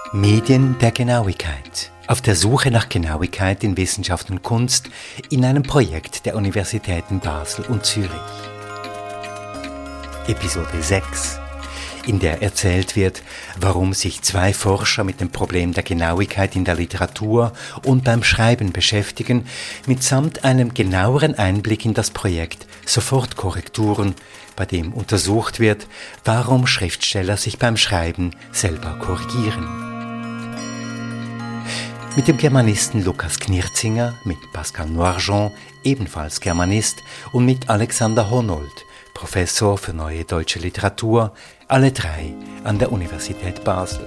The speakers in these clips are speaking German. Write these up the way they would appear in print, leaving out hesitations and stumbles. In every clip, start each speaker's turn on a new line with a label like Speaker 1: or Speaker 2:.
Speaker 1: Medien der Genauigkeit. Auf der Suche nach Genauigkeit in Wissenschaft und Kunst in einem Projekt der Universitäten Basel und Zürich. Episode 6, in der erzählt wird, warum sich zwei Forscher mit dem Problem der Genauigkeit in der Literatur und beim Schreiben beschäftigen, mitsamt einem genaueren Einblick in das Projekt Sofortkorrekturen, bei dem untersucht wird, warum Schriftsteller sich beim Schreiben selber korrigieren. Mit dem Germanisten Lukas Knirzinger, mit Pascal Noirjean, ebenfalls Germanist, und mit Alexander Honold, Professor für Neue Deutsche Literatur, alle drei an der Universität Basel.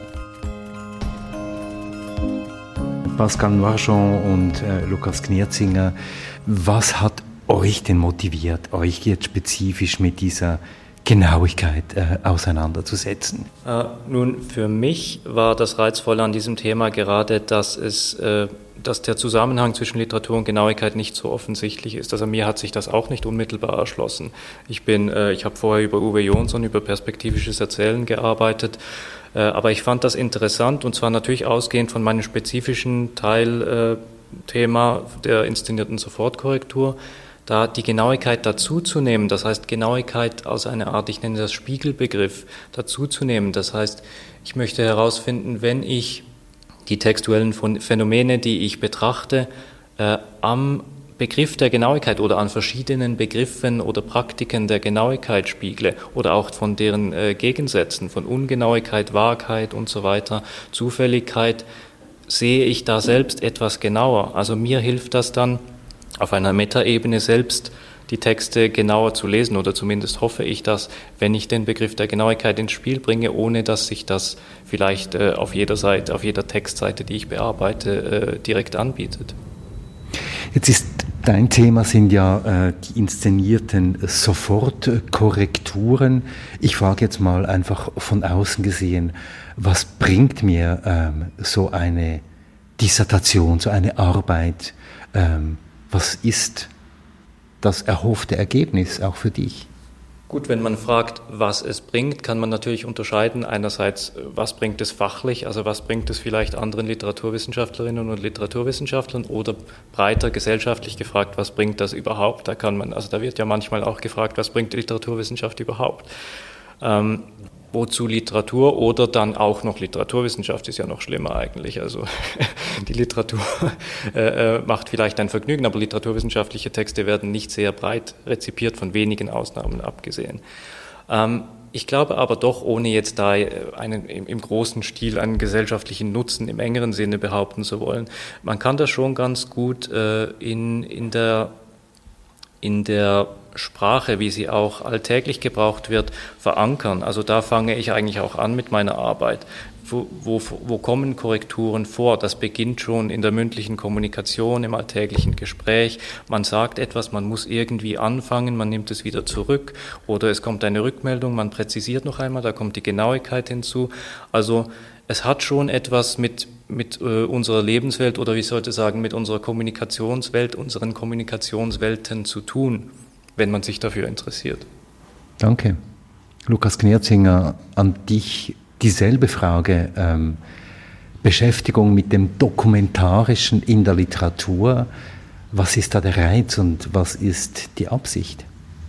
Speaker 1: Pascal Noirjean und Lukas Knirzinger, was hat euch denn motiviert, euch jetzt spezifisch mit dieser Genauigkeit auseinanderzusetzen?
Speaker 2: Nun, für mich war das Reizvolle an diesem Thema gerade, dass der Zusammenhang zwischen Literatur und Genauigkeit nicht so offensichtlich ist. Also mir hat sich das auch nicht unmittelbar erschlossen. Ich habe vorher über Uwe Jonsson, über perspektivisches Erzählen gearbeitet, aber ich fand das interessant, und zwar natürlich ausgehend von meinem spezifischen Teilthema der inszenierten Sofortkorrektur, da die Genauigkeit dazuzunehmen, das heißt Genauigkeit aus einer Art, ich nenne das Spiegelbegriff, dazuzunehmen. Das heißt, ich möchte herausfinden, wenn ich die textuellen Phänomene, die ich betrachte, am Begriff der Genauigkeit oder an verschiedenen Begriffen oder Praktiken der Genauigkeit spiegle oder auch von deren Gegensätzen, von Ungenauigkeit, Wahrheit und so weiter, Zufälligkeit, sehe ich da selbst etwas genauer. Also mir hilft das dann, auf einer Metaebene selbst die Texte genauer zu lesen, oder zumindest hoffe ich das, wenn ich den Begriff der Genauigkeit ins Spiel bringe, ohne dass sich das vielleicht auf jeder Seite, auf jeder Textseite, die ich bearbeite, direkt anbietet.
Speaker 1: Jetzt ist dein Thema sind ja die inszenierten Sofortkorrekturen. Ich frage jetzt mal einfach von außen gesehen, was bringt mir so eine Dissertation, so eine Arbeit? Was ist das erhoffte Ergebnis auch für dich?
Speaker 2: Gut, wenn man fragt, was es bringt, kann man natürlich unterscheiden. Einerseits, was bringt es fachlich, also was bringt es vielleicht anderen Literaturwissenschaftlerinnen und Literaturwissenschaftlern, oder breiter gesellschaftlich gefragt, was bringt das überhaupt? Da wird ja manchmal auch gefragt, was bringt die Literaturwissenschaft überhaupt? Wozu Literatur oder dann auch noch Literaturwissenschaft ist ja noch schlimmer eigentlich. Also die Literatur macht vielleicht ein Vergnügen, aber literaturwissenschaftliche Texte werden nicht sehr breit rezipiert, von wenigen Ausnahmen abgesehen. Ich glaube aber doch, ohne jetzt da im großen Stil einen gesellschaftlichen Nutzen im engeren Sinne behaupten zu wollen, man kann das schon ganz gut in der Sprache, wie sie auch alltäglich gebraucht wird, verankern. Also da fange ich eigentlich auch an mit meiner Arbeit. Wo kommen Korrekturen vor? Das beginnt schon in der mündlichen Kommunikation, im alltäglichen Gespräch. Man sagt etwas, man muss irgendwie anfangen, man nimmt es wieder zurück, oder es kommt eine Rückmeldung, man präzisiert noch einmal, da kommt die Genauigkeit hinzu. Also es hat schon etwas mit unserer Lebenswelt, oder wie sollte ich sagen, mit unserer Kommunikationswelt, unseren Kommunikationswelten zu tun, wenn man sich dafür interessiert.
Speaker 1: Danke. Lukas Knirzinger, an dich dieselbe Frage. Beschäftigung mit dem Dokumentarischen in der Literatur. Was ist da der Reiz und was ist die Absicht?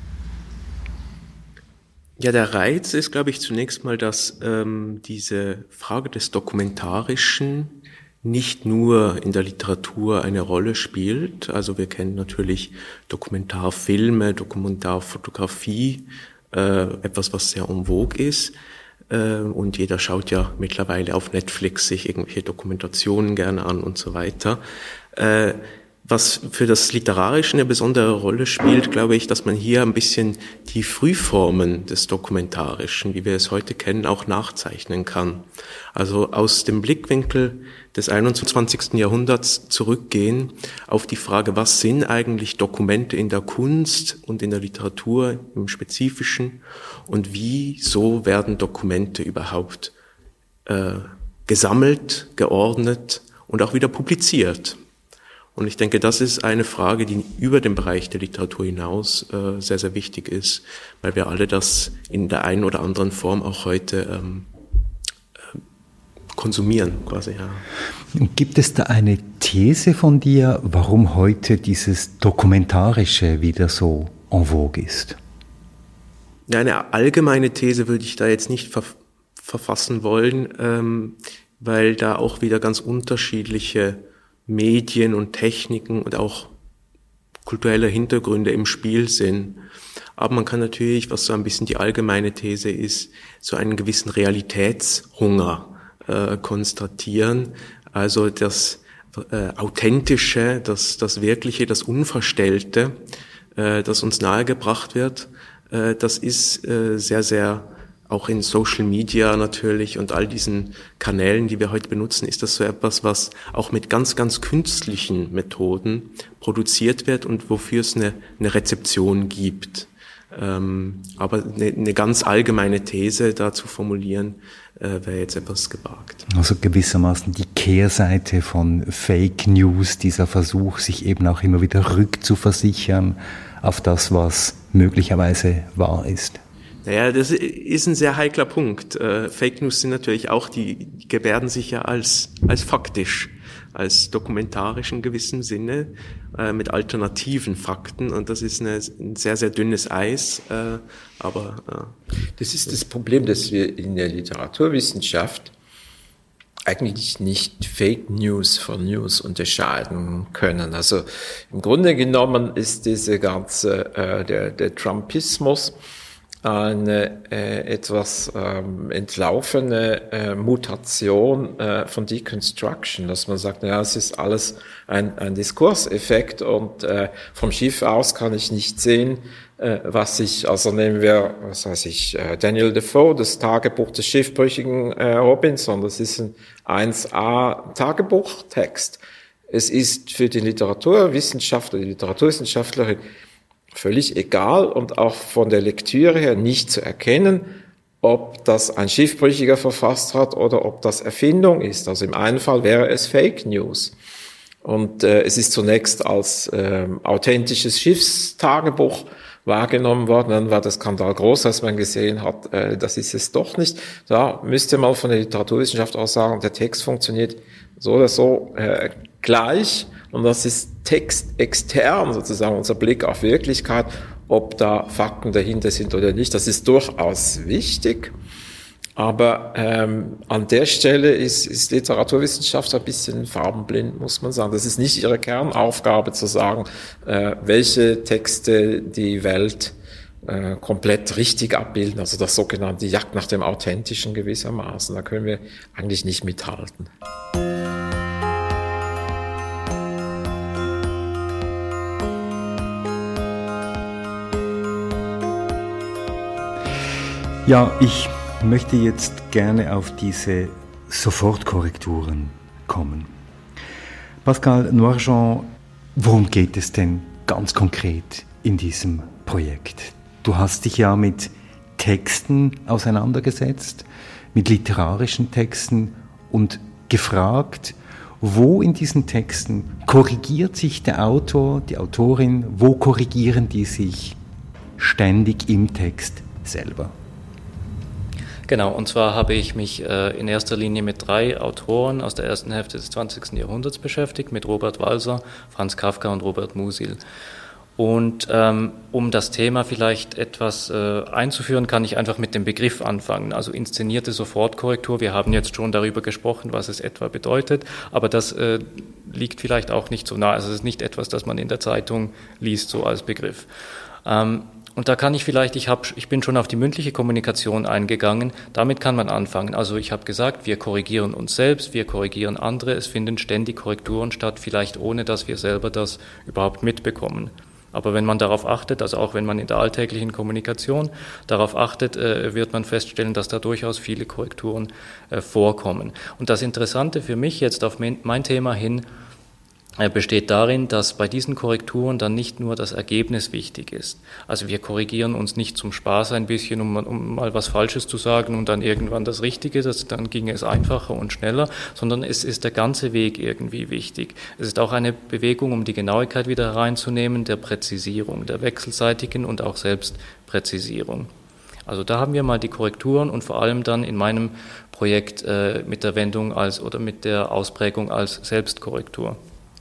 Speaker 3: Ja, der Reiz ist, glaube ich, zunächst mal, dass diese Frage des Dokumentarischen nicht nur in der Literatur eine Rolle spielt. Also wir kennen natürlich Dokumentarfilme, Dokumentarfotografie, etwas, was sehr en vogue ist. Und jeder schaut ja mittlerweile auf Netflix sich irgendwelche Dokumentationen gerne an und so weiter. Was für das Literarische eine besondere Rolle spielt, glaube ich, dass man hier ein bisschen die Frühformen des Dokumentarischen, wie wir es heute kennen, auch nachzeichnen kann. Also aus dem Blickwinkel des 21. Jahrhunderts zurückgehen auf die Frage, was sind eigentlich Dokumente in der Kunst und in der Literatur im Spezifischen, und wieso werden Dokumente überhaupt gesammelt, geordnet und auch wieder publiziert. Und ich denke, das ist eine Frage, die über den Bereich der Literatur hinaus sehr, sehr wichtig ist, weil wir alle das in der einen oder anderen Form auch heute konsumieren quasi, ja.
Speaker 1: Und gibt es da eine These von dir, warum heute dieses Dokumentarische wieder so en vogue ist?
Speaker 3: Ja, eine allgemeine These würde ich da jetzt nicht verfassen wollen, weil da auch wieder ganz unterschiedliche Medien und Techniken und auch kulturelle Hintergründe im Spiel sind. Aber man kann natürlich, was so ein bisschen die allgemeine These ist, so einen gewissen Realitätshunger konstatieren. Also das Authentische, das Wirkliche, das Unverstellte, das uns nahegebracht wird, das ist sehr, sehr, auch in Social Media natürlich und all diesen Kanälen, die wir heute benutzen, ist das so etwas, was auch mit ganz, ganz künstlichen Methoden produziert wird und wofür es eine Rezeption gibt. Aber eine ganz allgemeine These da zu formulieren, wäre jetzt etwas gewagt.
Speaker 1: Also gewissermaßen die Kehrseite von Fake News, dieser Versuch, sich eben auch immer wieder rückzuversichern auf das, was möglicherweise wahr ist.
Speaker 3: Naja, das ist ein sehr heikler Punkt. Fake News sind natürlich auch, die gebärden sich ja als faktisch, als dokumentarisch in gewissem Sinne, mit alternativen Fakten. Und das ist ein sehr, sehr dünnes Eis. Aber
Speaker 4: das ist das Problem, dass wir in der Literaturwissenschaft eigentlich nicht Fake News von News unterscheiden können. Also im Grunde genommen ist diese ganze, der Trumpismus eine etwas entlaufene Mutation von Deconstruction, dass man sagt, naja, es ist alles ein Diskurseffekt und vom Schiff aus kann ich nicht sehen, was ich, also nehmen wir, was weiß ich, Daniel Defoe, das Tagebuch des schiffbrüchigen Robinson, das ist ein 1A Tagebuchtext. Es ist für den Literaturwissenschaftler, die Literaturwissenschaftlerin völlig egal und auch von der Lektüre her nicht zu erkennen, ob das ein Schiffbrüchiger verfasst hat oder ob das Erfindung ist. Also im einen Fall wäre es Fake News. Und es ist zunächst als authentisches Schiffstagebuch wahrgenommen worden. Dann war der Skandal groß, als man gesehen hat, das ist es doch nicht. Da müsste man von der Literaturwissenschaft aus sagen, der Text funktioniert so oder so gleich. Und das ist textextern sozusagen unser Blick auf Wirklichkeit, ob da Fakten dahinter sind oder nicht. Das ist durchaus wichtig. Aber an der Stelle ist Literaturwissenschaft ein bisschen farbenblind, muss man sagen. Das ist nicht ihre Kernaufgabe zu sagen, welche Texte die Welt komplett richtig abbilden. Also das sogenannte Jagd nach dem Authentischen gewissermaßen. Da können wir eigentlich nicht mithalten.
Speaker 1: Ja, ich möchte jetzt gerne auf diese Sofortkorrekturen kommen. Pascal Noirjean, worum geht es denn ganz konkret in diesem Projekt? Du hast dich ja mit Texten auseinandergesetzt, mit literarischen Texten und gefragt, wo in diesen Texten korrigiert sich der Autor, die Autorin, wo korrigieren die sich ständig im Text selber?
Speaker 2: Genau, und zwar habe ich mich in erster Linie mit 3 Autoren aus der ersten Hälfte des 20. Jahrhunderts beschäftigt, mit Robert Walser, Franz Kafka und Robert Musil. Und um das Thema vielleicht etwas einzuführen, kann ich einfach mit dem Begriff anfangen, also inszenierte Sofortkorrektur. Wir haben jetzt schon darüber gesprochen, was es etwa bedeutet, aber das liegt vielleicht auch nicht so nah. Also es ist nicht etwas, das man in der Zeitung liest, so als Begriff. Und da kann ich vielleicht, ich bin schon auf die mündliche Kommunikation eingegangen, damit kann man anfangen. Also ich habe gesagt, wir korrigieren uns selbst, wir korrigieren andere, es finden ständig Korrekturen statt, vielleicht ohne, dass wir selber das überhaupt mitbekommen. Aber wenn man darauf achtet, also auch wenn man in der alltäglichen Kommunikation darauf achtet, wird man feststellen, dass da durchaus viele Korrekturen vorkommen. Und das Interessante für mich jetzt auf mein Thema hin, besteht darin, dass bei diesen Korrekturen dann nicht nur das Ergebnis wichtig ist. Also wir korrigieren uns nicht zum Spaß ein bisschen, um mal was Falsches zu sagen und dann irgendwann das Richtige, dann ginge es einfacher und schneller, sondern es ist der ganze Weg irgendwie wichtig. Es ist auch eine Bewegung, um die Genauigkeit wieder hereinzunehmen, der Präzisierung, der wechselseitigen und auch Selbstpräzisierung. Also da haben wir mal die Korrekturen und vor allem dann in meinem Projekt mit der Wendung oder mit der Ausprägung als Selbstkorrektur.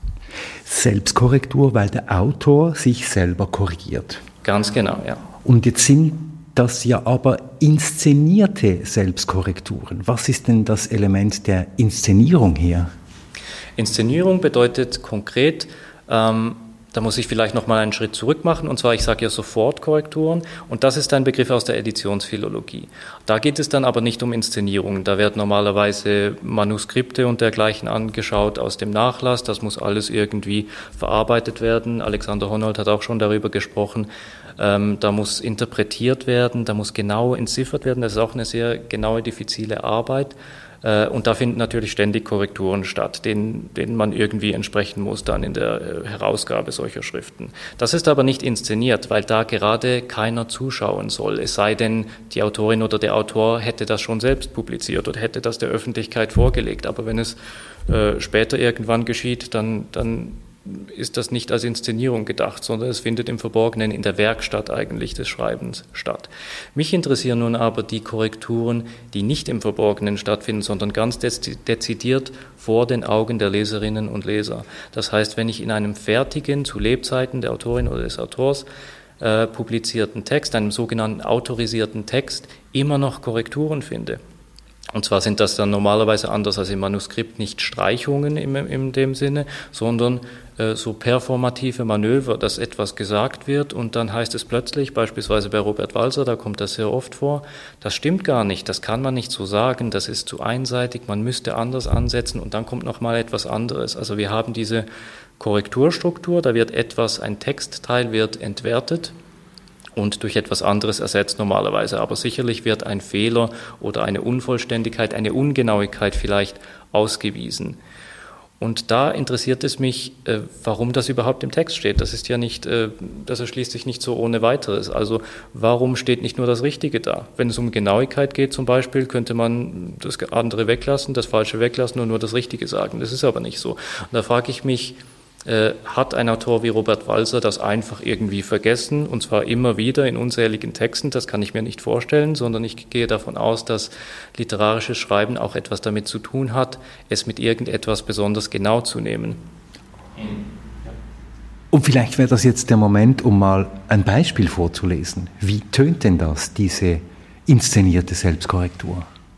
Speaker 1: Selbstkorrektur, weil der Autor sich selber korrigiert.
Speaker 2: Ganz genau, ja.
Speaker 1: Und jetzt sind das ja aber inszenierte Selbstkorrekturen. Was ist denn das Element der Inszenierung hier?
Speaker 2: Inszenierung bedeutet konkret, da muss ich vielleicht noch mal einen Schritt zurück machen, und zwar, ich sage ja Sofortkorrekturen, und das ist ein Begriff aus der Editionsphilologie. Da geht es dann aber nicht um Inszenierungen, da werden normalerweise Manuskripte und dergleichen angeschaut aus dem Nachlass, das muss alles irgendwie verarbeitet werden. Alexander Honnold hat auch schon darüber gesprochen, da muss interpretiert werden, da muss genau entziffert werden, das ist auch eine sehr genaue, diffizile Arbeit. Und da finden natürlich ständig Korrekturen statt, denen man irgendwie entsprechen muss dann in der Herausgabe solcher Schriften. Das ist aber nicht inszeniert, weil da gerade keiner zuschauen soll. Es sei denn, die Autorin oder der Autor hätte das schon selbst publiziert oder hätte das der Öffentlichkeit vorgelegt. Aber wenn es später irgendwann geschieht, dann ist das nicht als Inszenierung gedacht, sondern es findet im Verborgenen in der Werkstatt eigentlich des Schreibens statt. Mich interessieren nun aber die Korrekturen, die nicht im Verborgenen stattfinden, sondern ganz dezidiert vor den Augen der Leserinnen und Leser. Das heißt, wenn ich in einem fertigen, zu Lebzeiten der Autorin oder des Autors, publizierten Text, einem sogenannten autorisierten Text, immer noch Korrekturen finde. Und zwar sind das dann normalerweise anders als im Manuskript nicht Streichungen in dem Sinne, sondern so performative Manöver, dass etwas gesagt wird und dann heißt es plötzlich, beispielsweise bei Robert Walser, da kommt das sehr oft vor, das stimmt gar nicht, das kann man nicht so sagen, das ist zu einseitig, man müsste anders ansetzen und dann kommt nochmal etwas anderes. Also wir haben diese Korrekturstruktur, da wird ein Textteil wird entwertet und durch etwas anderes ersetzt normalerweise. Aber sicherlich wird ein Fehler oder eine Unvollständigkeit, eine Ungenauigkeit vielleicht ausgewiesen. Und da interessiert es mich, warum das überhaupt im Text steht. Das ist ja nicht, das erschließt sich nicht so ohne weiteres. Also warum steht nicht nur das Richtige da? Wenn es um Genauigkeit geht zum Beispiel, könnte man das andere weglassen, das Falsche weglassen und nur das Richtige sagen. Das ist aber nicht so. Und da frage ich mich, hat ein Autor wie Robert Walser das einfach irgendwie vergessen, und zwar immer wieder in unzähligen Texten? Das kann ich mir nicht vorstellen, sondern ich gehe davon aus, dass literarisches Schreiben auch etwas damit zu tun hat, es mit irgendetwas besonders genau zu nehmen.
Speaker 1: Und vielleicht wäre das jetzt der Moment, um mal ein Beispiel vorzulesen. Wie tönt denn das, diese inszenierte Selbstkorrektur?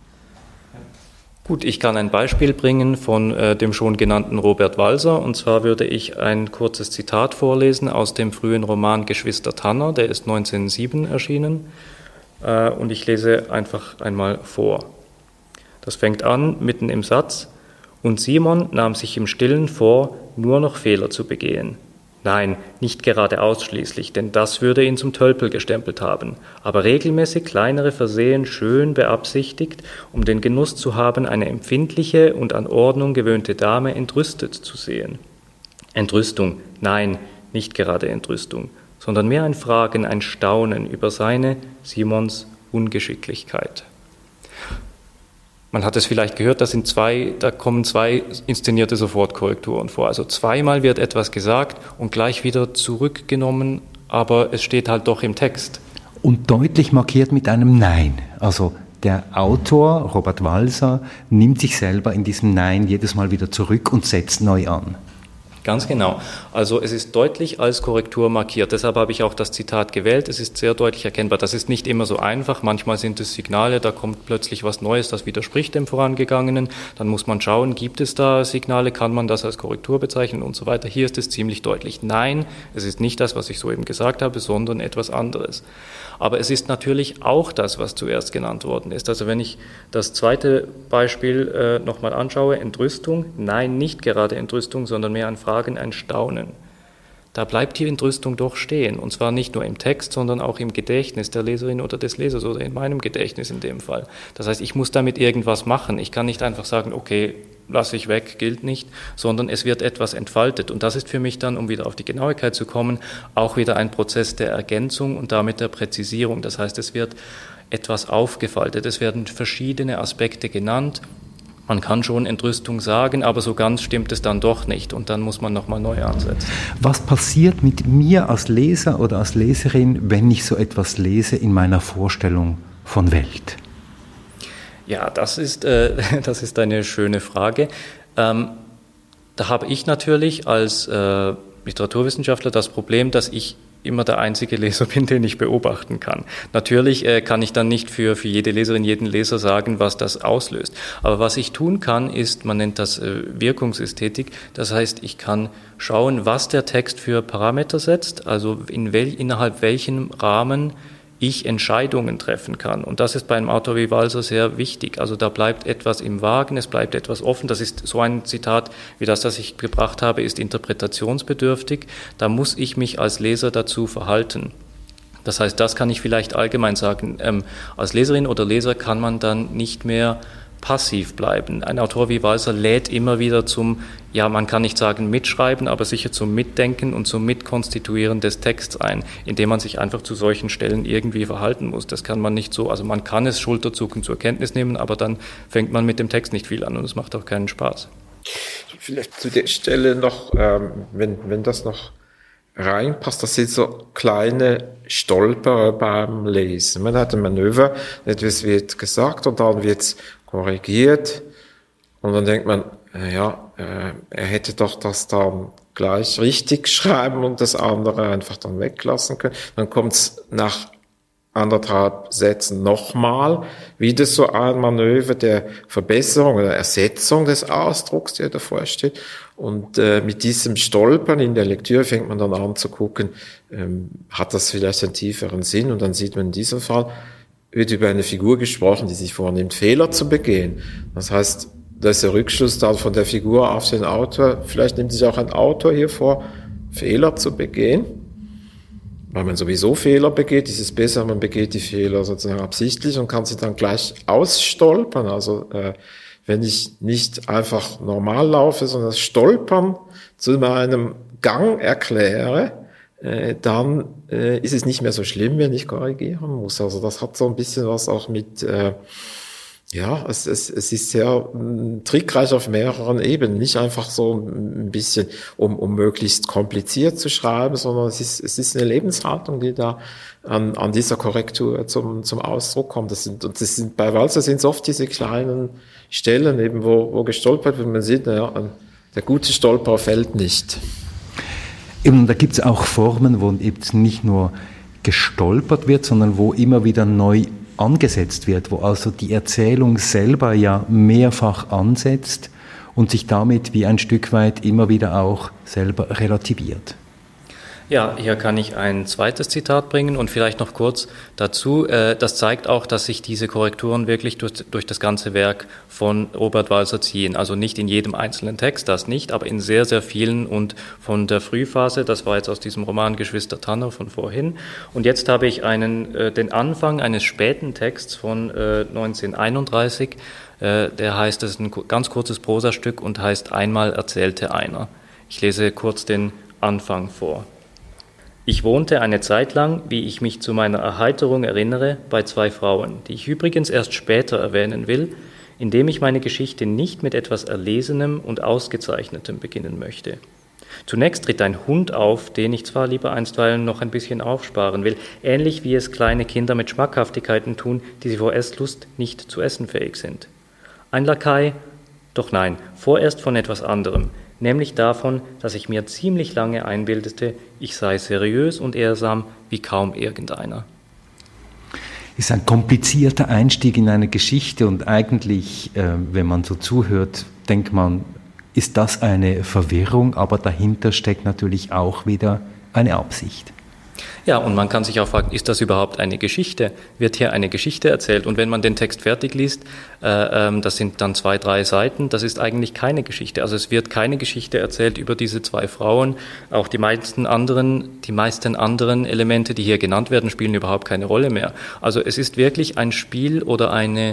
Speaker 2: Gut, ich kann ein Beispiel bringen von dem schon genannten Robert Walser, und zwar würde ich ein kurzes Zitat vorlesen aus dem frühen Roman Geschwister Tanner, der ist 1907 erschienen, und ich lese einfach einmal vor. Das fängt an mitten im Satz: Und Simon nahm sich im Stillen vor, nur noch Fehler zu begehen. Nein, nicht gerade ausschließlich, denn das würde ihn zum Tölpel gestempelt haben, aber regelmäßig kleinere Versehen schön beabsichtigt, um den Genuss zu haben, eine empfindliche und an Ordnung gewöhnte Dame entrüstet zu sehen. Entrüstung, nein, nicht gerade Entrüstung, sondern mehr ein Fragen, ein Staunen über seine, Simons, Ungeschicklichkeit. Man hat es vielleicht gehört, da kommen zwei inszenierte Sofortkorrekturen vor. Also zweimal wird etwas gesagt und gleich wieder zurückgenommen, aber es steht halt doch im Text.
Speaker 1: Und deutlich markiert mit einem Nein. Also der Autor, Robert Walser, nimmt sich selber in diesem Nein jedes Mal wieder zurück und setzt neu an.
Speaker 2: Ganz genau. Also es ist deutlich als Korrektur markiert. Deshalb habe ich auch das Zitat gewählt. Es ist sehr deutlich erkennbar. Das ist nicht immer so einfach. Manchmal sind es Signale, da kommt plötzlich was Neues, das widerspricht dem Vorangegangenen. Dann muss man schauen, gibt es da Signale, kann man das als Korrektur bezeichnen und so weiter. Hier ist es ziemlich deutlich. Nein, es ist nicht das, was ich soeben gesagt habe, sondern etwas anderes. Aber es ist natürlich auch das, was zuerst genannt worden ist. Also wenn ich das zweite Beispiel nochmal anschaue, Entrüstung, nein, nicht gerade Entrüstung, sondern mehr ein Fragen, ein Staunen. Da bleibt die Entrüstung doch stehen, und zwar nicht nur im Text, sondern auch im Gedächtnis der Leserin oder des Lesers oder in meinem Gedächtnis in dem Fall. Das heißt, ich muss damit irgendwas machen. Ich kann nicht einfach sagen, okay, lasse ich weg, gilt nicht, sondern es wird etwas entfaltet. Und das ist für mich dann, um wieder auf die Genauigkeit zu kommen, auch wieder ein Prozess der Ergänzung und damit der Präzisierung. Das heißt, es wird etwas aufgefaltet, es werden verschiedene Aspekte genannt. Man kann schon Entrüstung sagen, aber so ganz stimmt es dann doch nicht, und dann muss man nochmal neu ansetzen.
Speaker 1: Was passiert mit mir als Leser oder als Leserin, wenn ich so etwas lese in meiner Vorstellung von Welt?
Speaker 2: Ja, das ist eine schöne Frage. Da habe ich natürlich als Literaturwissenschaftler das Problem, dass ich immer der einzige Leser bin, den ich beobachten kann. Natürlich kann ich dann nicht für jede Leserin, jeden Leser sagen, was das auslöst. Aber was ich tun kann, ist, man nennt das Wirkungsästhetik. Das heißt, ich kann schauen, was der Text für Parameter setzt, also innerhalb welchem Rahmen ich Entscheidungen treffen kann. Und das ist bei einem Autor wie Walser sehr wichtig. Also da bleibt etwas im Wagen, es bleibt etwas offen. Das ist so ein Zitat wie das ich gebracht habe, ist interpretationsbedürftig. Da muss ich mich als Leser dazu verhalten. Das heißt, das kann ich vielleicht allgemein sagen. Als Leserin oder Leser kann man dann nicht mehr passiv bleiben. Ein Autor wie Walser lädt immer wieder man kann nicht sagen mitschreiben, aber sicher zum Mitdenken und zum Mitkonstituieren des Texts ein, indem man sich einfach zu solchen Stellen irgendwie verhalten muss. Das kann man nicht so, also man kann es schulterzuckend zur Kenntnis nehmen, aber dann fängt man mit dem Text nicht viel an und es macht auch keinen Spaß.
Speaker 4: Vielleicht zu der Stelle noch, wenn das noch reinpasst, das sind so kleine Stolperer beim Lesen. Man hat ein Manöver, etwas wird gesagt und dann wird es korrigiert und dann denkt man, er hätte doch das dann gleich richtig schreiben und das andere einfach dann weglassen können. Dann kommt es nach 1,5 Sätzen nochmal wieder so ein Manöver der Verbesserung oder Ersetzung des Ausdrucks, der davor steht. Und mit diesem Stolpern in der Lektüre fängt man dann an zu gucken, hat das vielleicht einen tieferen Sinn? Und dann sieht man in diesem Fall, wird über eine Figur gesprochen, die sich vornimmt, Fehler zu begehen. Das heißt, da ist der Rückschluss dann von der Figur auf den Autor. Vielleicht nimmt sich auch ein Autor hier vor, Fehler zu begehen. Weil man sowieso Fehler begeht, ist es besser, man begeht die Fehler sozusagen absichtlich und kann sie dann gleich ausstolpern. Also wenn ich nicht einfach normal laufe, sondern das Stolpern zu meinem Gang erkläre, dann ist es nicht mehr so schlimm, wenn ich korrigieren muss. Also das hat so ein bisschen was auch mit... es ist sehr trickreich auf mehreren Ebenen. Nicht einfach so ein bisschen, um möglichst kompliziert zu schreiben, sondern es ist eine Lebenshaltung, die da an dieser Korrektur zum Ausdruck kommt. Bei Walser sind es oft diese kleinen Stellen, eben wo gestolpert wird. Man sieht, der gute Stolperer fällt nicht.
Speaker 1: Eben, da gibt es auch Formen, wo eben nicht nur gestolpert wird, sondern wo immer wieder neu angesetzt wird, wo also die Erzählung selber ja mehrfach ansetzt und sich damit wie ein Stück weit immer wieder auch selber relativiert.
Speaker 2: Ja, hier kann ich ein zweites Zitat bringen und vielleicht noch kurz dazu. Das zeigt auch, dass sich diese Korrekturen wirklich durch das ganze Werk von Robert Walser ziehen. Also nicht in jedem einzelnen Text, das nicht, aber in sehr, sehr vielen und von der Frühphase, das war jetzt aus diesem Roman Geschwister Tanner von vorhin. Und jetzt habe ich den Anfang eines späten Texts von 1931, der heißt, das ist ein ganz kurzes Prosastück und heißt Einmal erzählte einer. Ich lese kurz den Anfang vor. Ich wohnte eine Zeit lang, wie ich mich zu meiner Erheiterung erinnere, bei 2 Frauen, die ich übrigens erst später erwähnen will, indem ich meine Geschichte nicht mit etwas Erlesenem und Ausgezeichnetem beginnen möchte. Zunächst tritt ein Hund auf, den ich zwar lieber einstweilen noch ein bisschen aufsparen will, ähnlich wie es kleine Kinder mit Schmackhaftigkeiten tun, die sie vor Esslust nicht zu essen fähig sind. Ein Lakai? Doch nein, vorerst von etwas anderem. Nämlich davon, dass ich mir ziemlich lange einbildete, ich sei seriös und ehrsam wie kaum irgendeiner.
Speaker 1: Ist ein komplizierter Einstieg in eine Geschichte und eigentlich, wenn man so zuhört, denkt man, ist das eine Verwirrung, aber dahinter steckt natürlich auch wieder eine Absicht.
Speaker 2: Ja, und man kann sich auch fragen, ist das überhaupt eine Geschichte? Wird hier eine Geschichte erzählt? Und wenn man den Text fertig liest, das sind dann 2, 3 Seiten, das ist eigentlich keine Geschichte. Also es wird keine Geschichte erzählt über diese 2 Frauen. Auch die meisten anderen Elemente, die hier genannt werden, spielen überhaupt keine Rolle mehr. Also es ist wirklich ein Spiel oder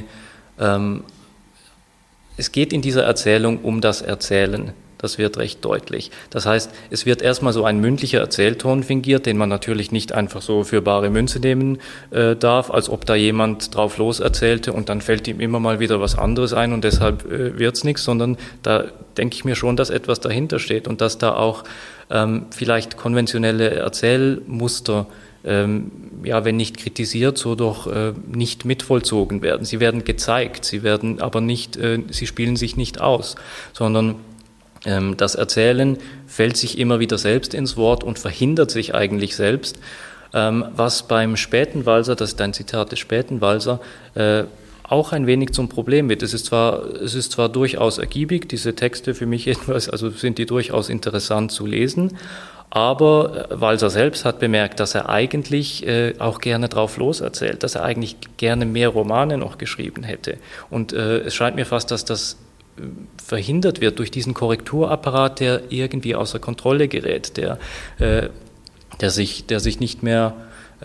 Speaker 2: es geht in dieser Erzählung um das Erzählen. Das wird recht deutlich. Das heißt, es wird erstmal so ein mündlicher Erzählton fingiert, den man natürlich nicht einfach so für bare Münze nehmen darf, als ob da jemand drauf los erzählte und dann fällt ihm immer mal wieder was anderes ein und deshalb wird's nichts, sondern da denke ich mir schon, dass etwas dahinter steht und dass da auch vielleicht konventionelle Erzählmuster ja, wenn nicht kritisiert, so doch nicht mitvollzogen werden. Sie werden gezeigt, sie werden aber nicht, sie spielen sich nicht aus, sondern das Erzählen fällt sich immer wieder selbst ins Wort und verhindert sich eigentlich selbst, was beim späten Walser, das ist ein Zitat des späten Walser, auch ein wenig zum Problem wird. Es ist zwar durchaus ergiebig, diese Texte für mich jedenfalls, also sind die durchaus interessant zu lesen, aber Walser selbst hat bemerkt, dass er eigentlich auch gerne drauf loserzählt, dass er eigentlich gerne mehr Romane noch geschrieben hätte. Und es scheint mir fast, dass das verhindert wird durch diesen Korrekturapparat, der irgendwie außer Kontrolle gerät, der sich nicht mehr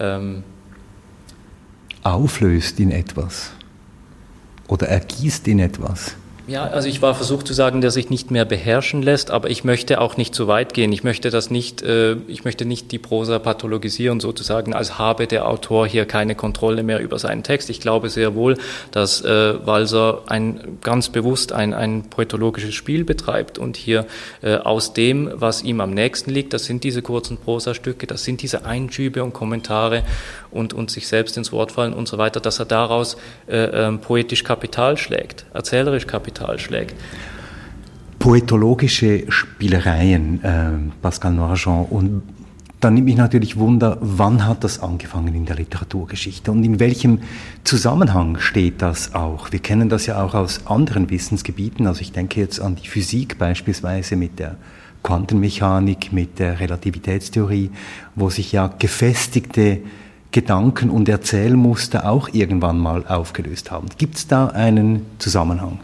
Speaker 1: auflöst in etwas oder ergießt in etwas.
Speaker 2: Ja, also ich war versucht zu sagen, der sich nicht mehr beherrschen lässt, aber ich möchte auch nicht zu weit gehen. Ich möchte nicht die Prosa pathologisieren, sozusagen, als habe der Autor hier keine Kontrolle mehr über seinen Text. Ich glaube sehr wohl, dass Walser ganz bewusst ein poetologisches Spiel betreibt und hier aus dem, was ihm am nächsten liegt, das sind diese kurzen Prosastücke, das sind diese Einschübe und Kommentare und sich selbst ins Wort fallen und so weiter, dass er daraus poetisch Kapital schlägt, erzählerisch Kapital schlägt.
Speaker 1: Poetologische Spielereien, Pascal Nora-Jean. Und da nimmt mich natürlich Wunder, wann hat das angefangen in der Literaturgeschichte und in welchem Zusammenhang steht das auch? Wir kennen das ja auch aus anderen Wissensgebieten, also ich denke jetzt an die Physik beispielsweise mit der Quantenmechanik, mit der Relativitätstheorie, wo sich ja gefestigte Gedanken und Erzählmuster auch irgendwann mal aufgelöst haben. Gibt es da einen Zusammenhang?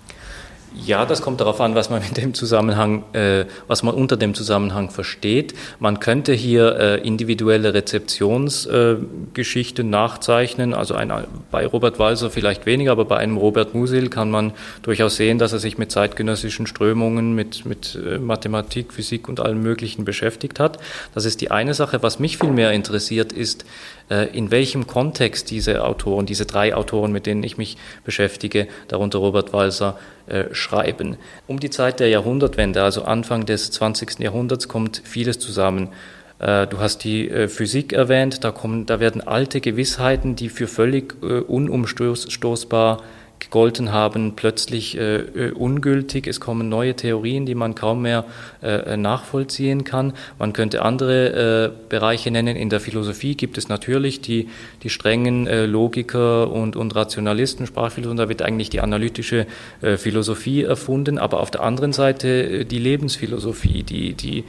Speaker 2: Ja, das kommt darauf an, was man mit dem Zusammenhang, was man unter dem Zusammenhang versteht. Man könnte hier individuelle Rezeptionsgeschichten nachzeichnen. Also bei Robert Walser vielleicht weniger, aber bei einem Robert Musil kann man durchaus sehen, dass er sich mit zeitgenössischen Strömungen, mit Mathematik, Physik und allem Möglichen beschäftigt hat. Das ist die eine Sache. Was mich viel mehr interessiert, ist, in welchem Kontext diese drei Autoren, mit denen ich mich beschäftige, darunter Robert Walser, schreiben. Um die Zeit der Jahrhundertwende, also Anfang des 20. Jahrhunderts, kommt vieles zusammen. Du hast die Physik erwähnt, da werden alte Gewissheiten, die für völlig unumstoßbar gegolten haben, plötzlich ungültig. Es kommen neue Theorien, die man kaum mehr nachvollziehen kann. Man könnte andere Bereiche nennen. In der Philosophie gibt es natürlich die strengen Logiker und Rationalisten, Sprachphilosophen. Da wird eigentlich die analytische Philosophie erfunden. Aber auf der anderen Seite die Lebensphilosophie, die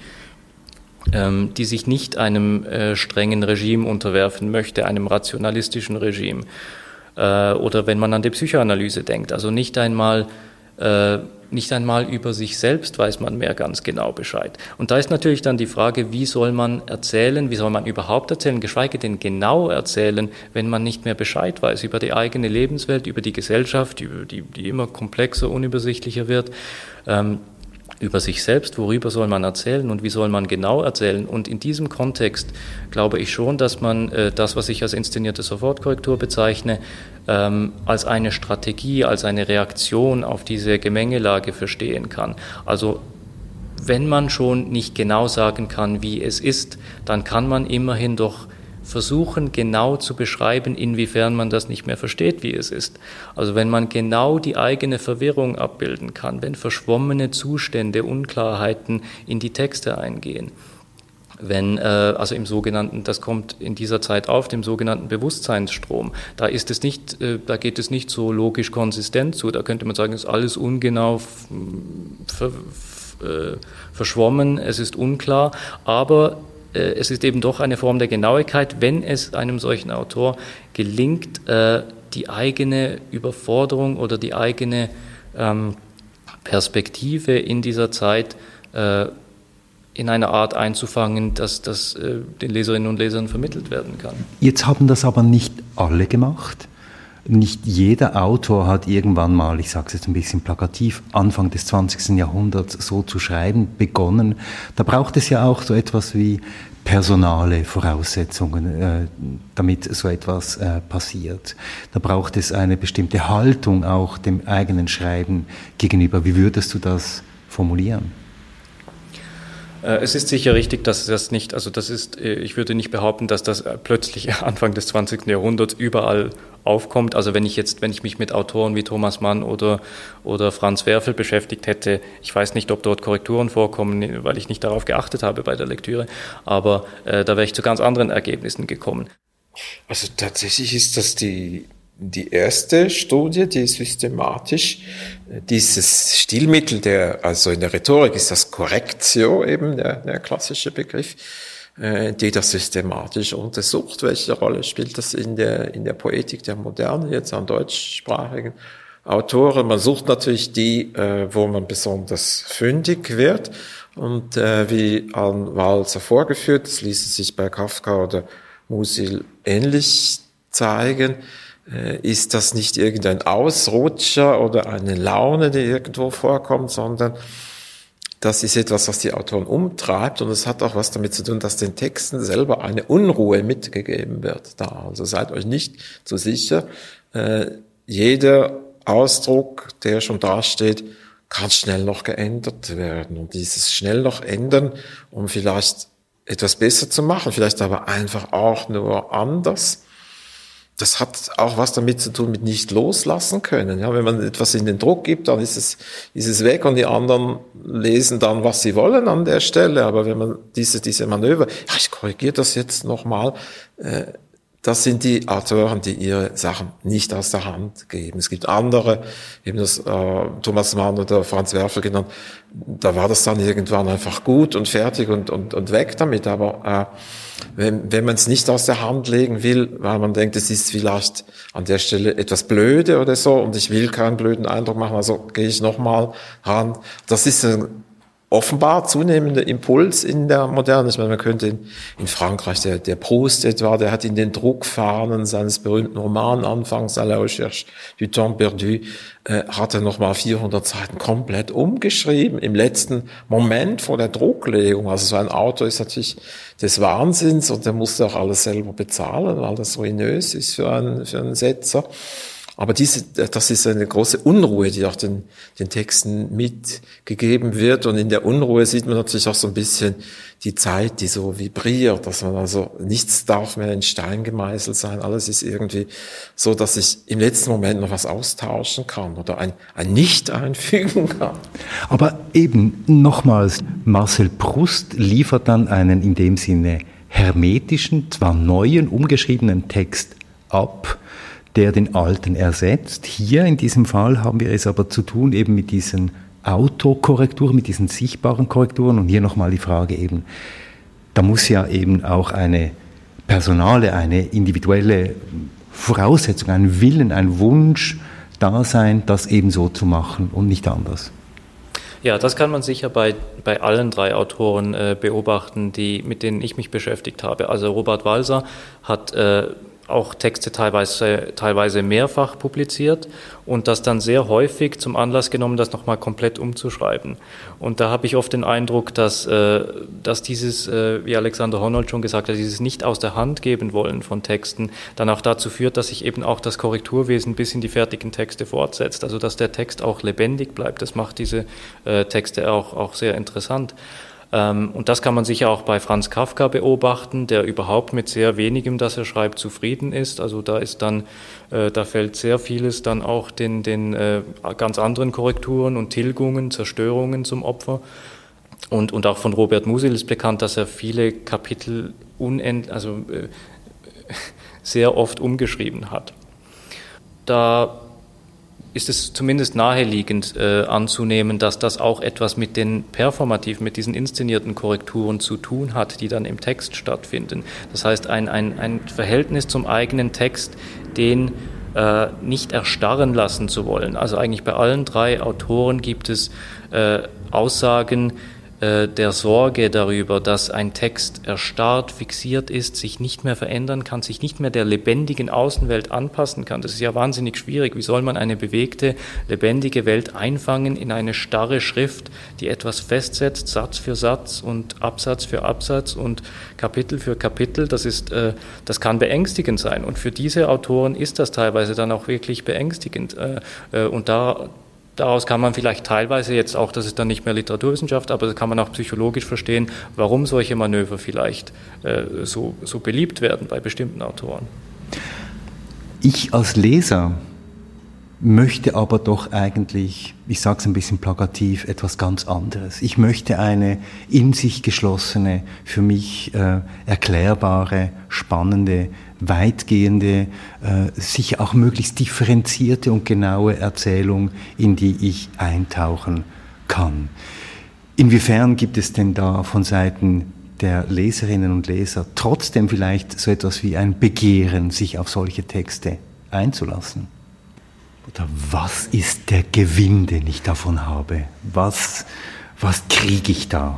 Speaker 2: sich nicht einem strengen Regime unterwerfen möchte, einem rationalistischen Regime. Oder wenn man an die Psychoanalyse denkt, also nicht einmal über sich selbst weiß man mehr ganz genau Bescheid. Und da ist natürlich dann die Frage, wie soll man erzählen, wie soll man überhaupt erzählen, geschweige denn genau erzählen, wenn man nicht mehr Bescheid weiß über die eigene Lebenswelt, über die Gesellschaft, die immer komplexer, unübersichtlicher wird, über sich selbst, worüber soll man erzählen und wie soll man genau erzählen. Und in diesem Kontext glaube ich schon, dass man das, was ich als inszenierte Sofortkorrektur bezeichne, als eine Strategie, als eine Reaktion auf diese Gemengelage verstehen kann. Also wenn man schon nicht genau sagen kann, wie es ist, dann kann man immerhin doch versuchen, genau zu beschreiben, inwiefern man das nicht mehr versteht, wie es ist. Also wenn man genau die eigene Verwirrung abbilden kann, wenn verschwommene Zustände, Unklarheiten in die Texte eingehen, wenn, also im sogenannten, das kommt in dieser Zeit auf, dem sogenannten Bewusstseinsstrom, da geht es nicht so logisch konsistent zu, da könnte man sagen, es ist alles ungenau verschwommen, es ist unklar, aber es ist eben doch eine Form der Genauigkeit, wenn es einem solchen Autor gelingt, die eigene Überforderung oder die eigene Perspektive in dieser Zeit in einer Art einzufangen, dass das den Leserinnen und Lesern vermittelt werden kann.
Speaker 1: Jetzt haben das aber nicht alle gemacht. Nicht jeder Autor hat irgendwann mal, ich sage es jetzt ein bisschen plakativ, Anfang des 20. Jahrhunderts so zu schreiben begonnen. Da braucht es ja auch so etwas wie personale Voraussetzungen, damit so etwas passiert. Da braucht es eine bestimmte Haltung auch dem eigenen Schreiben gegenüber. Wie würdest du das formulieren?
Speaker 2: Es ist sicher richtig, dass das nicht, also das ist, ich würde nicht behaupten, dass das plötzlich Anfang des 20. Jahrhunderts überall aufkommt. Also wenn ich mich mit Autoren wie Thomas Mann oder Franz Werfel beschäftigt hätte, ich weiß nicht, ob dort Korrekturen vorkommen, weil ich nicht darauf geachtet habe bei der Lektüre, aber da wäre ich zu ganz anderen Ergebnissen gekommen.
Speaker 4: Also tatsächlich ist das die erste Studie, die systematisch dieses Stilmittel also in der Rhetorik ist das Correctio eben der klassische Begriff, die das systematisch untersucht, welche Rolle spielt das in der Poetik der Moderne, jetzt an deutschsprachigen Autoren. Man sucht natürlich die, wo man besonders fündig wird und wie Alan Walser vorgeführt, das ließe sich bei Kafka oder Musil ähnlich zeigen, ist das nicht irgendein Ausrutscher oder eine Laune, die irgendwo vorkommt, sondern das ist etwas, was die Autoren umtreibt und es hat auch was damit zu tun, dass den Texten selber eine Unruhe mitgegeben wird. Also seid euch nicht so sicher, jeder Ausdruck, der schon dasteht, kann schnell noch geändert werden und dieses schnell noch ändern, um vielleicht etwas besser zu machen, vielleicht aber einfach auch nur anders. Das hat auch was damit zu tun mit nicht loslassen können. Ja, wenn man etwas in den Druck gibt, dann ist es weg und die anderen lesen dann, was sie wollen an der Stelle. Aber wenn man diese Manöver, ja, ich korrigiere das jetzt nochmal, das sind die Autoren, die ihre Sachen nicht aus der Hand geben. Es gibt andere, eben das Thomas Mann oder Franz Werfel genannt, da war das dann irgendwann einfach gut und fertig und weg damit. Aber wenn man es nicht aus der Hand legen will, weil man denkt, es ist vielleicht an der Stelle etwas blöde oder so und ich will keinen blöden Eindruck machen, also gehe ich nochmal ran. Das ist ein offenbar zunehmender Impuls in der Moderne. Ich meine, man könnte in Frankreich, der Proust etwa, der hat in den Druckfahnen seines berühmten Romananfangs, à la recherche du temps perdu, hat er nochmal 400 Seiten komplett umgeschrieben, im letzten Moment vor der Drucklegung. Also so ein Autor ist natürlich des Wahnsinns und der musste auch alles selber bezahlen, weil das ruinös ist für einen Setzer. Aber das ist eine große Unruhe, die auch den Texten mitgegeben wird. Und in der Unruhe sieht man natürlich auch so ein bisschen die Zeit, die so vibriert, dass man also nichts darf mehr in Stein gemeißelt sein. Alles ist irgendwie so, dass ich im letzten Moment noch was austauschen kann oder ein Nicht einfügen kann.
Speaker 1: Aber eben nochmals, Marcel Proust liefert dann einen in dem Sinne hermetischen, zwar neuen, umgeschriebenen Text ab, der den alten ersetzt. Hier in diesem Fall haben wir es aber zu tun eben mit diesen Autokorrekturen, mit diesen sichtbaren Korrekturen. Und hier nochmal die Frage eben, da muss ja eben auch eine personale, eine individuelle Voraussetzung, ein Willen, ein Wunsch da sein, das eben so zu machen und nicht anders.
Speaker 2: Ja, das kann man sicher bei allen drei Autoren beobachten, mit denen ich mich beschäftigt habe. Also Robert Walser hat auch Texte teilweise mehrfach publiziert und das dann sehr häufig zum Anlass genommen, das nochmal komplett umzuschreiben. Und da habe ich oft den Eindruck, dass dieses, wie Alexander Honnold schon gesagt hat, dieses nicht aus der Hand geben wollen von Texten dann auch dazu führt, dass sich eben auch das Korrekturwesen bis in die fertigen Texte fortsetzt. Also dass der Text auch lebendig bleibt. Das macht diese Texte auch sehr interessant. Und das kann man sicher auch bei Franz Kafka beobachten, der überhaupt mit sehr wenigem, das er schreibt, zufrieden ist. Also da fällt sehr vieles dann auch den ganz anderen Korrekturen und Tilgungen, Zerstörungen zum Opfer. Und auch von Robert Musil ist bekannt, dass er viele Kapitel sehr oft umgeschrieben hat. Da ist es zumindest naheliegend anzunehmen, dass das auch etwas mit den performativen, mit diesen inszenierten Korrekturen zu tun hat, die dann im Text stattfinden. Das heißt, ein Verhältnis zum eigenen Text, den nicht erstarren lassen zu wollen. Also eigentlich bei allen drei Autoren gibt es Aussagen der Sorge darüber, dass ein Text erstarrt, fixiert ist, sich nicht mehr verändern kann, sich nicht mehr der lebendigen Außenwelt anpassen kann. Das ist ja wahnsinnig schwierig. Wie soll man eine bewegte, lebendige Welt einfangen in eine starre Schrift, die etwas festsetzt, Satz für Satz und Absatz für Absatz und Kapitel für Kapitel? Das kann beängstigend sein. Und für diese Autoren ist das teilweise dann auch wirklich beängstigend. Und da daraus kann man vielleicht teilweise jetzt auch, das ist dann nicht mehr Literaturwissenschaft, aber das kann man auch psychologisch verstehen, warum solche Manöver vielleicht so beliebt werden bei bestimmten Autoren.
Speaker 1: Ich als Leser möchte aber doch eigentlich, ich sage es ein bisschen plakativ, etwas ganz anderes. Ich möchte eine in sich geschlossene, für mich erklärbare, spannende, weitgehende, sicher auch möglichst differenzierte und genaue Erzählung, in die ich eintauchen kann. Inwiefern gibt es denn da von Seiten der Leserinnen und Leser trotzdem vielleicht so etwas wie ein Begehren, sich auf solche Texte einzulassen? Oder was ist der Gewinn, den ich davon habe? Was kriege ich da?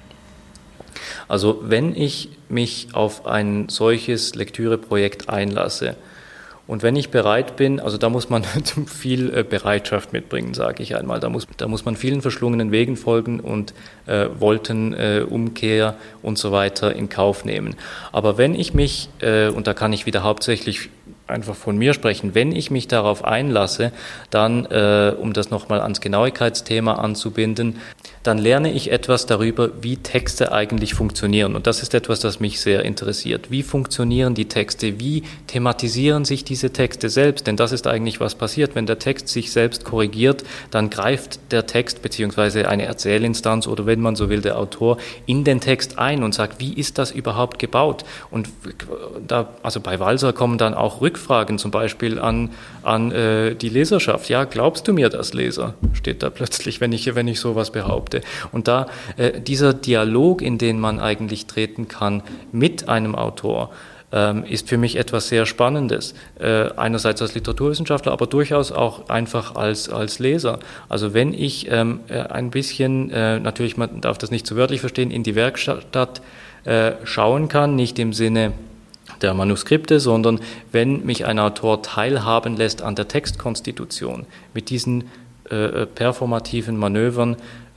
Speaker 2: Also wenn ich mich auf ein solches Lektüreprojekt einlasse und wenn ich bereit bin, also da muss man viel Bereitschaft mitbringen, sage ich einmal. Da muss man vielen verschlungenen Wegen folgen und Wolkenumkehr und so weiter in Kauf nehmen. Aber wenn ich mich, und da kann ich wieder hauptsächlich einfach von mir sprechen, wenn ich mich darauf einlasse, dann, um das nochmal ans Genauigkeitsthema anzubinden, dann lerne ich etwas darüber, wie Texte eigentlich funktionieren. Und das ist etwas, das mich sehr interessiert. Wie funktionieren die Texte? Wie thematisieren sich diese Texte selbst? Denn das ist eigentlich, was passiert. Wenn der Text sich selbst korrigiert, dann greift der Text beziehungsweise eine Erzählinstanz oder wenn man so will, der Autor in den Text ein und sagt, wie ist das überhaupt gebaut? Und da, also bei Walser kommen dann auch Rückfragen zum Beispiel an die Leserschaft. Ja, glaubst du mir das, Leser? Steht da plötzlich, wenn ich sowas behaupte. Und da dieser Dialog, in den man eigentlich treten kann mit einem Autor, ist für mich etwas sehr Spannendes. Einerseits als Literaturwissenschaftler, aber durchaus auch einfach als Leser. Also wenn ich ein bisschen, natürlich, man darf das nicht zu wörtlich verstehen, in die Werkstatt schauen kann, nicht im Sinne der Manuskripte, sondern wenn mich ein Autor teilhaben lässt an der Textkonstitution, mit diesen performativen Manövern,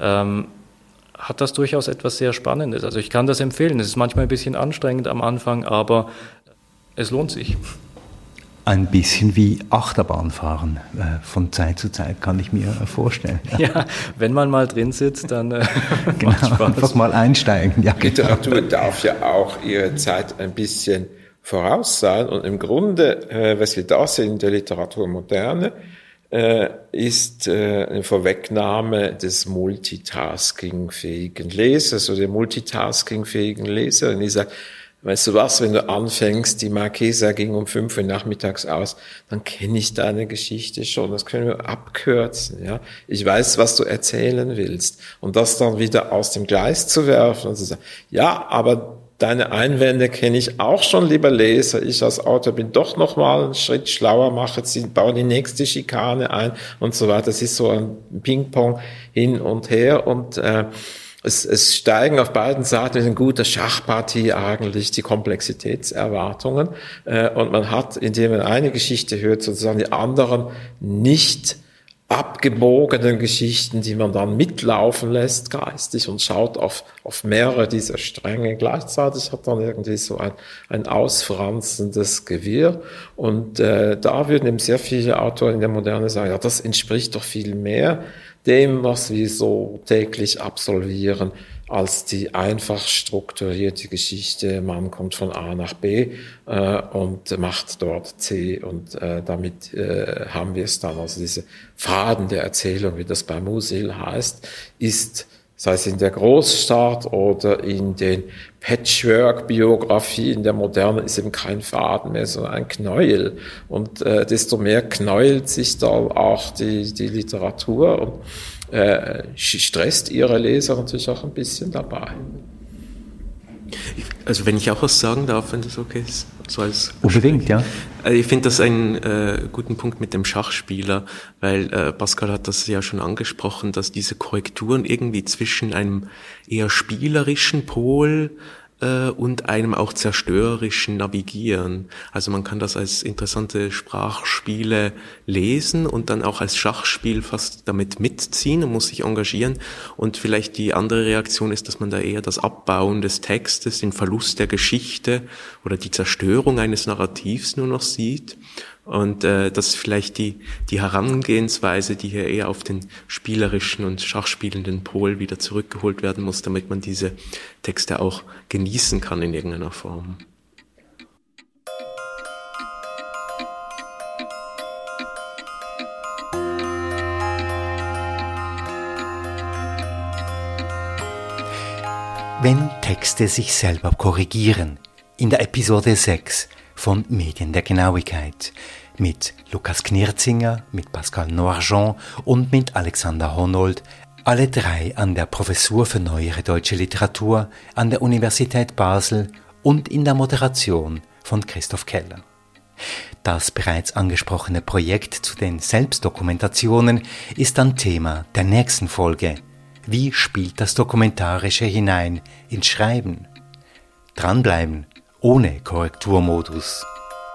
Speaker 2: hat das durchaus etwas sehr Spannendes. Also ich kann das empfehlen. Es ist manchmal ein bisschen anstrengend am Anfang, aber es lohnt sich.
Speaker 1: Ein bisschen wie Achterbahnfahren von Zeit zu Zeit, kann ich mir vorstellen.
Speaker 2: Ja, wenn man mal drin sitzt, dann
Speaker 1: genau, macht Spaß. Einfach mal einsteigen. Ja,
Speaker 4: Literatur darf ja auch ihre Zeit ein bisschen voraus sein. Und im Grunde, was wir da sehen in der Literatur Moderne, ist eine Vorwegnahme des multitaskingfähigen Lesers oder der multitaskingfähigen Leserin, die sagt, weißt du was, wenn du anfängst, die Marquesa ging um 5 Uhr nachmittags aus, dann kenne ich deine Geschichte schon, das können wir abkürzen, ja. Ich weiß, was du erzählen willst. Und das dann wieder aus dem Gleis zu werfen und zu sagen, ja, aber deine Einwände kenne ich auch schon, lieber Leser. Ich als Autor bin doch noch mal einen Schritt schlauer, baue die nächste Schikane ein und so weiter. Das ist so ein Ping-Pong hin und her und es steigen auf beiden Seiten in guter Schachpartie eigentlich die Komplexitätserwartungen und man hat, indem man eine Geschichte hört, sozusagen die anderen nicht abgebogenen Geschichten, die man dann mitlaufen lässt geistig und schaut auf mehrere dieser Stränge. Gleichzeitig hat dann irgendwie so ein ausfranzendes Gewirr und da würden eben sehr viele Autoren in der Moderne sagen, ja, das entspricht doch viel mehr dem, was wir so täglich absolvieren, als die einfach strukturierte Geschichte. Man kommt von A nach B und macht dort C und damit haben wir es dann. Also diese Faden der Erzählung, wie das bei Musil heißt, ist, sei es in der Großstadt oder in den Patchwork-Biografien der Moderne, ist eben kein Faden mehr, sondern ein Knäuel. Und desto mehr knäult sich da auch die Literatur und stresst ihre Leser natürlich auch ein bisschen dabei.
Speaker 3: Also wenn ich auch was sagen darf, wenn das okay ist. So als
Speaker 1: unbedingt, ja.
Speaker 3: Ich finde das einen guten Punkt mit dem Schachspieler, weil Pascal hat das ja schon angesprochen, dass diese Korrekturen irgendwie zwischen einem eher spielerischen Pol und einem auch zerstörerischen Navigieren. Also man kann das als interessante Sprachspiele lesen und dann auch als Schachspiel fast damit mitziehen und muss sich engagieren. Und vielleicht die andere Reaktion ist, dass man da eher das Abbauen des Textes, den Verlust der Geschichte oder die Zerstörung eines Narrativs nur noch sieht. Und das ist vielleicht die Herangehensweise, die hier eher auf den spielerischen und schachspielenden Pol wieder zurückgeholt werden muss, damit man diese Texte auch genießen kann in irgendeiner Form.
Speaker 1: Wenn Texte sich selber korrigieren, in der Episode 6 von Medien der Genauigkeit mit Lukas Knirzinger, mit Pascal Noirjean und mit Alexander Honold, alle drei an der Professur für Neuere Deutsche Literatur an der Universität Basel und in der Moderation von Christoph Keller. Das bereits angesprochene Projekt zu den Selbstdokumentationen ist dann Thema der nächsten Folge. Wie spielt das Dokumentarische hinein ins Schreiben? Dranbleiben, ohne Korrekturmodus.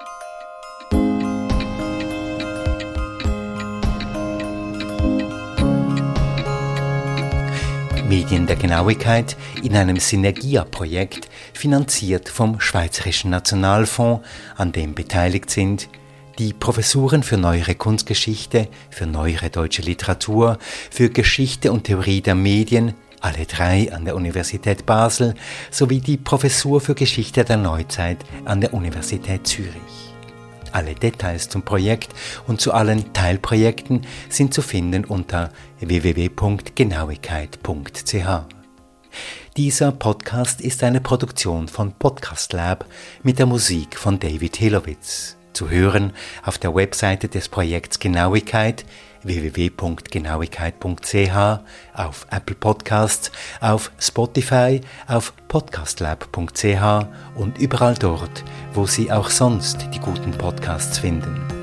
Speaker 1: Medien der Genauigkeit in einem Synergia-Projekt, finanziert vom Schweizerischen Nationalfonds, an dem beteiligt sind die Professuren für Neuere Kunstgeschichte, für Neuere Deutsche Literatur, für Geschichte und Theorie der Medien, alle drei an der Universität Basel, sowie die Professur für Geschichte der Neuzeit an der Universität Zürich. Alle Details zum Projekt und zu allen Teilprojekten sind zu finden unter www.genauigkeit.ch. Dieser Podcast ist eine Produktion von Podcast Lab mit der Musik von David Hilowitz. Zu hören auf der Webseite des Projekts Genauigkeit www.genauigkeit.ch, auf Apple Podcasts, auf Spotify, auf podcastlab.ch und überall dort, wo Sie auch sonst die guten Podcasts finden.